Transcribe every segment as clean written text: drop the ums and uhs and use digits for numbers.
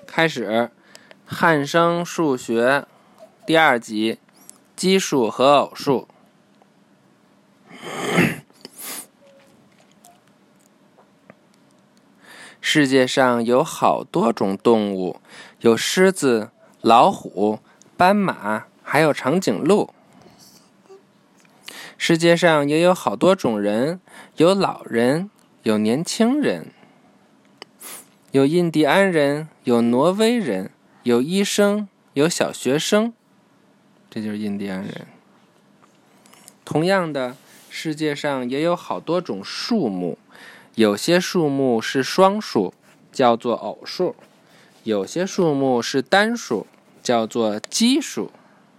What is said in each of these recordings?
开始汉生数学第2集，奇数和偶数。世界上有好多种动物，有狮子、老虎、斑马，还有长颈鹿。世界上也有好多种人，有老人，有年轻人，有印第安人，有挪威人，有医生，有小学生，这就是印第安人。同样的，世界上也有好多种数目，有些数目是双数，叫做偶数；有些数目是单数，叫做奇数。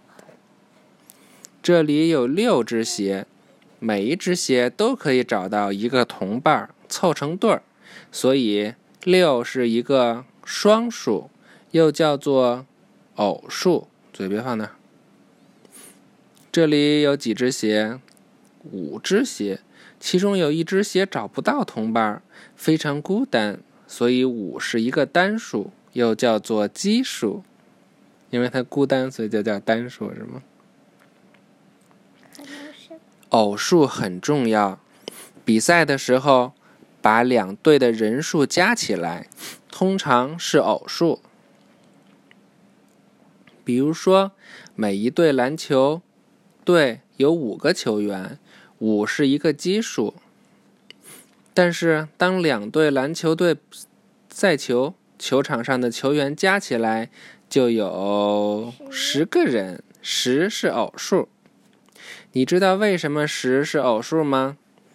这里有6只鞋，每一只鞋都可以找到一个同伴，凑成对儿，所以6是一个双数，又叫做偶数。嘴别放那儿。这里有几只鞋？5只鞋，其中有1只鞋找不到同伴，非常孤单，所以5是一个单数，又叫做奇数。因为它孤单，所以就叫单数，是吗？偶数很重要，比赛的时候把2队的人数加起来，通常是偶数。比如说，每一队篮球队有5个球员，5是一个奇数。但是当2队篮球队赛球，球场上的球员加起来就有10个人，10是偶数。你知道为什么10是偶数吗？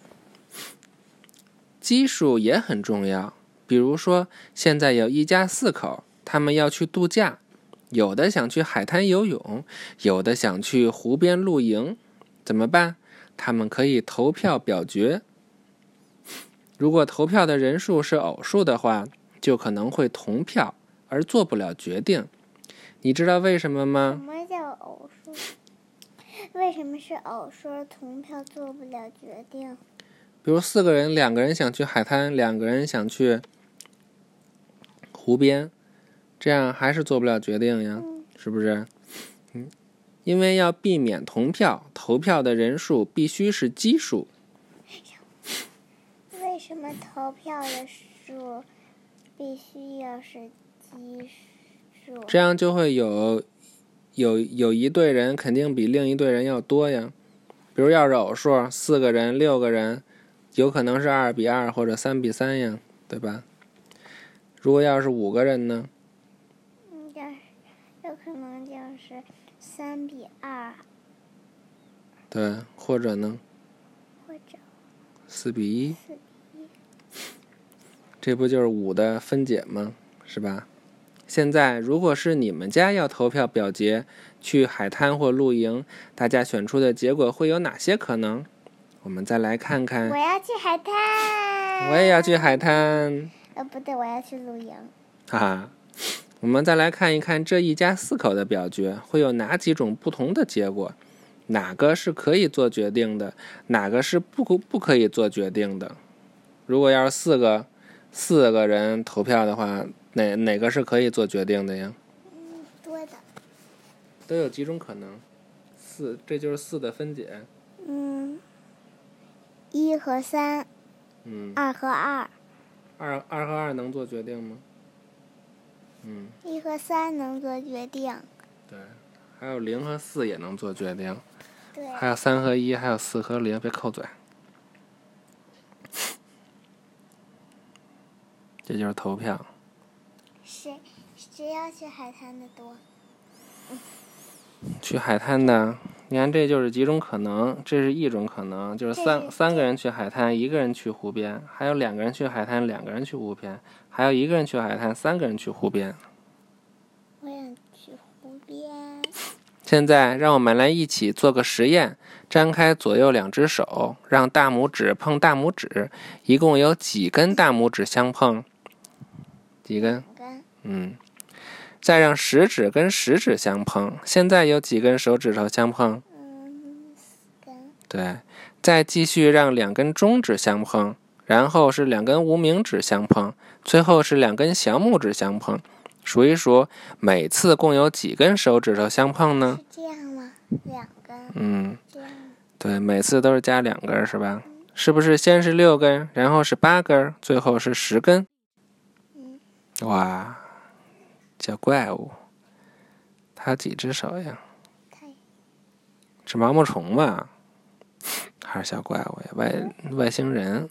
奇数也很重要。比如说，现在有一家4口，他们要去度假，有的想去海滩游泳，有的想去湖边露营，怎么办？他们可以投票表决。如果投票的人数是偶数的话，就可能会同票而做不了决定。你知道为什么吗？ 什么叫偶数？为什么是偶数同票做不了决定？ 比如4个人，2个人想去海滩，2个人想去湖边，这样还是做不了决定呀，是不是？因为要避免同票，投票的人数必须是奇数。 为什么投票的数必须要是奇数？ 这样就会有一队人肯定比另一队人要多呀。比如要是偶数，4个人、6个人，有可能是2比2或者3比3呀，对吧？如果要是5个人呢？ 有可能就是3比2。 对，或者呢？ 或者 4比1。 4比1。 这不就是5的分解吗？是吧？现在如果是你们家要投票表决去海滩或露营，大家选出的结果会有哪些可能？我们再来看看。 我要去海滩。 我也要去海滩。 不对，我要去露营。 哈哈，我们再来看一看这一家4口的表决会有哪几种不同的结果，哪个是可以做决定的，哪个是不可以做决定的。如果要是4个人投票的话，哪个是可以做决定的呀？ 多的。 都有几种可能？4，这就是4的分解。 1和3。2和2。 2和2能做决定吗 ？1和3能做决定。 对，还有0和4也能做决定。 对。 还有3和1，还有4和0，别扣嘴。这就是投票。 谁要去海滩的多？ 去海滩的，你看这就是几种可能，这是一种可能，就是三个人去海滩，1个人去湖边，还有2个人去海滩，2个人去湖边，还有1个人去海滩，3个人去湖边。 我想去湖边。 现在让我们来一起做个实验，张开左右2只手，让大拇指碰大拇指，一共有几根大拇指相碰？几根？再让食指跟食指相碰，现在有几根手指头相碰 ？4根。 对，再继续让2根中指相碰，然后是2根无名指相碰，最后是2根小拇指相碰， 数一数，每次共有几根手指头相碰呢？ 是这样吗？2根。这样。 对，每次都是加2根，是吧？是不是先是6根，然后是8根，最后是10根？哇，小怪物，它几只手呀？是毛毛虫吧？还是小怪物呀？外星人？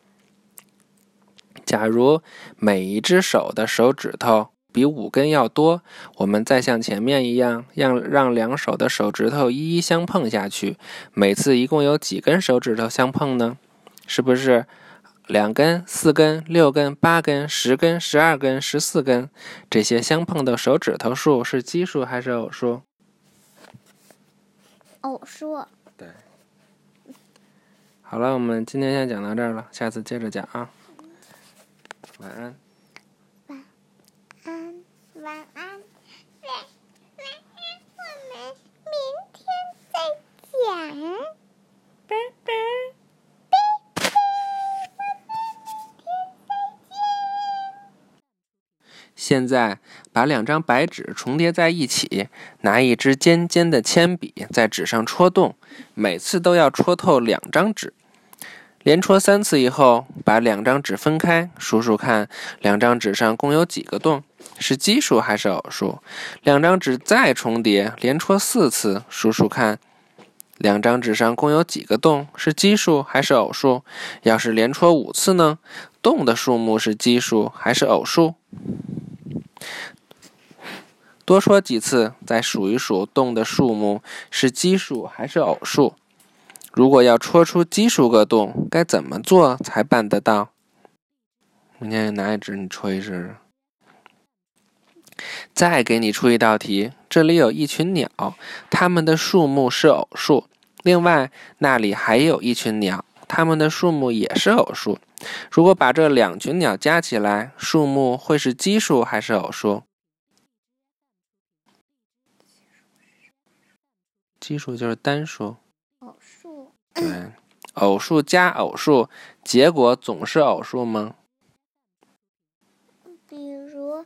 假如每一只手的手指头比5根要多，我们再像前面一样，让2手的手指头一一相碰下去，每次一共有几根手指头相碰呢？是不是2根、4根、6根、8根、10根、12根、14根？这些相碰的手指头数是奇数还是偶数？ 偶数。 对。好了，我们今天先讲到这儿了，下次接着讲啊。晚安。 晚安，晚安，晚安，我们明天再讲。拜拜。 现在把2张白纸重叠在一起，拿一支尖尖的铅笔在纸上戳洞，每次都要戳透2张纸。连戳3次以后，把2张纸分开，数数看2张纸上共有几个洞，是奇数还是偶数？2张纸再重叠，连戳4次，数数看2张纸上共有几个洞，是奇数还是偶数？要是连戳5次呢？洞的数目是奇数还是偶数？多戳几次，再数一数洞的数目是奇数还是偶数？如果要戳出奇数个洞，该怎么做才办得到？明天拿一纸你戳一试试。再给你出一道题，这里有一群鸟，它们的数目是偶数。另外，那里还有一群鸟，它们的数目也是偶数。如果把这2群鸟加起来，数目会是奇数还是偶数？奇数就是单数。 偶数。 对，偶数加偶数，结果总是偶数吗？ 比如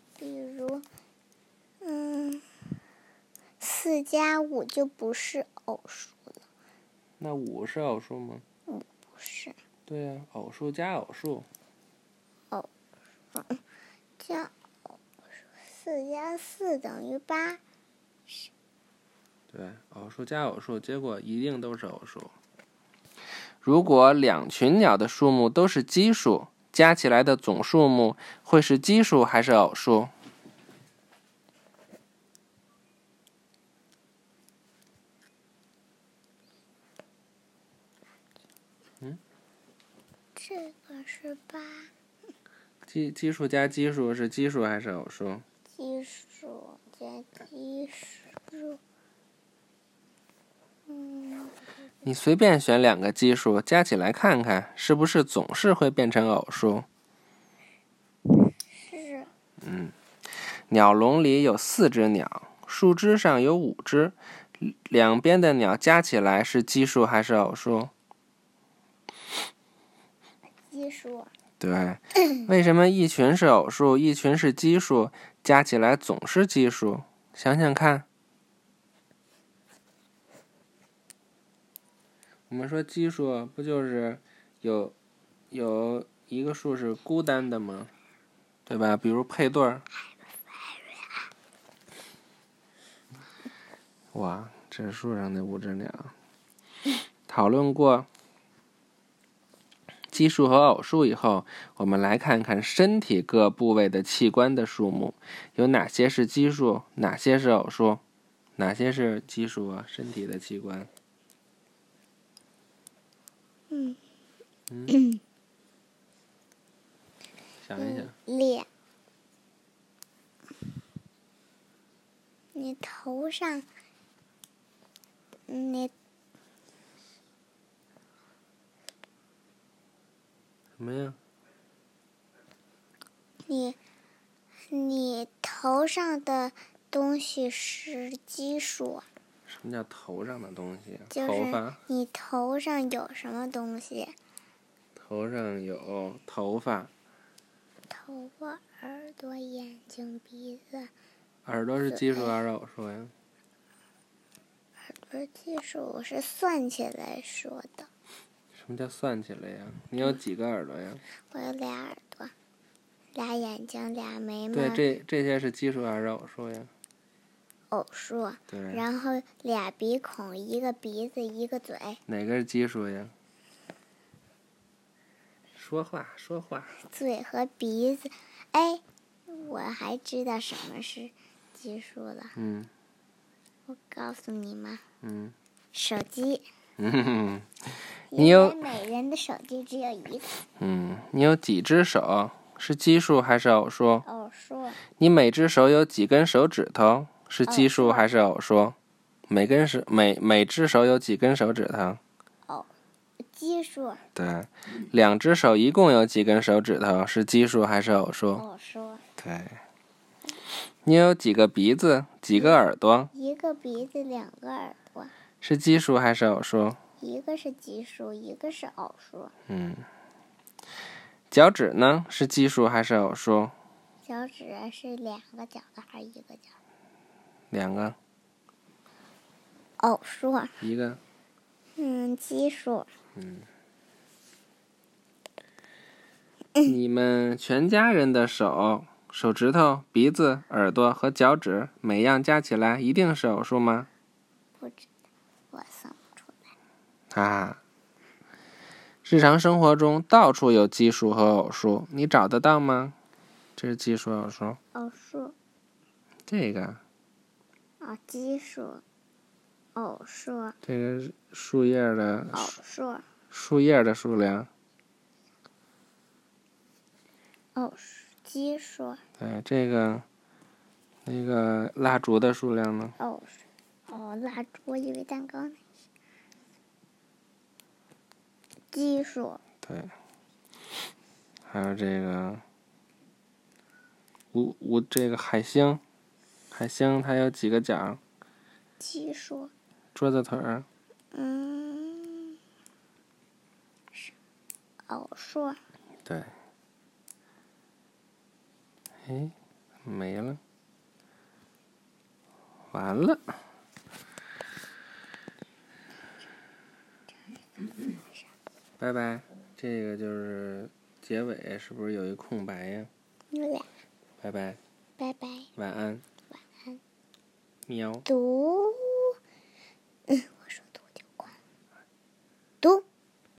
，4加5就不是偶数了。 那5是偶数吗 ？5不是。 对呀，偶数加偶数。 加偶数，4加4等于8。 对，偶数加偶数，结果一定都是偶数。如果2群鸟的数目都是奇数，加起来的总数目会是奇数还是偶数？ 这个是8。 奇数加奇数是奇数还是偶数？ 奇数加奇数。 你随便选2个奇数加起来看看，是不是总是会变成偶数？ 是。 鸟笼里有4只鸟，树枝上有5只，两边的鸟加起来是奇数还是偶数？ 奇数。 对，为什么一群是偶数，一群是奇数，加起来总是奇数？想想看。我们说奇数不就是有一个数是孤单的吗？对吧？比如配对儿。哇，这是树上的5只鸟。讨论过奇数和偶数以后，我们来看看身体各部位的器官的数目，有哪些是奇数，哪些是偶数，哪些是奇数啊？身体的器官。想一想。 脸。你头上， 什么呀？ 你头上的东西是奇数。 什么叫头上的东西？ 就是头发。 你头上有什么东西？ 头上有头发。 头头发、耳朵、眼睛、鼻子。 耳朵是奇数还是偶数呀？ 耳朵奇数是算起来说的。 什么叫算起来呀？你有几个耳朵呀？ 我有俩耳朵，俩眼睛，俩眉毛。 对，这些是奇数还是偶数呀？ 偶数。 对。 然后俩鼻孔，一个鼻子，一个嘴。 哪个是奇数呀？说话。 嘴和鼻子，哎，我还知道什么是奇数了。我告诉你嘛。手机。 你有？ 因为每人的手机只有一个。 你有几只手？是奇数还是偶数？ 偶数。 你每只手有几根手指头？是奇数还是偶数？每只手有几根手指头？ 奇数。 对。两只手一共有几根手指头？是奇数还是偶数？ 偶数。 对。你有几个鼻子？几个耳朵？ 一个鼻子，两个耳朵。 是奇数还是偶数？ 一个是奇数，一个是偶数。 脚趾呢？是奇数还是偶数？ 脚趾是两个脚的还是一个脚？ 两个。 偶数。 一个。 奇数。 你们全家人的手指头、鼻子、耳朵和脚趾，每样加起来一定是偶数吗？ 不知道，我算不出来。 日常生活中到处有奇数和偶数，你找得到吗？这是奇数偶数？ 偶数。 这个。 奇数。偶数。 这个是树叶的。 偶数。 树叶的数量。 偶数。奇数。 对，这个那个蜡烛的数量呢？ 偶数。蜡烛，我以为蛋糕呢。奇数。 对。还有这个这个海星它有几个角？ 奇数。 桌子腿儿。 偶数。 对。没了。完了。拜拜。这个就是结尾，是不是有一空白呀？ 有俩。 拜拜。 拜拜。 晚安。 晚安。 喵。 读。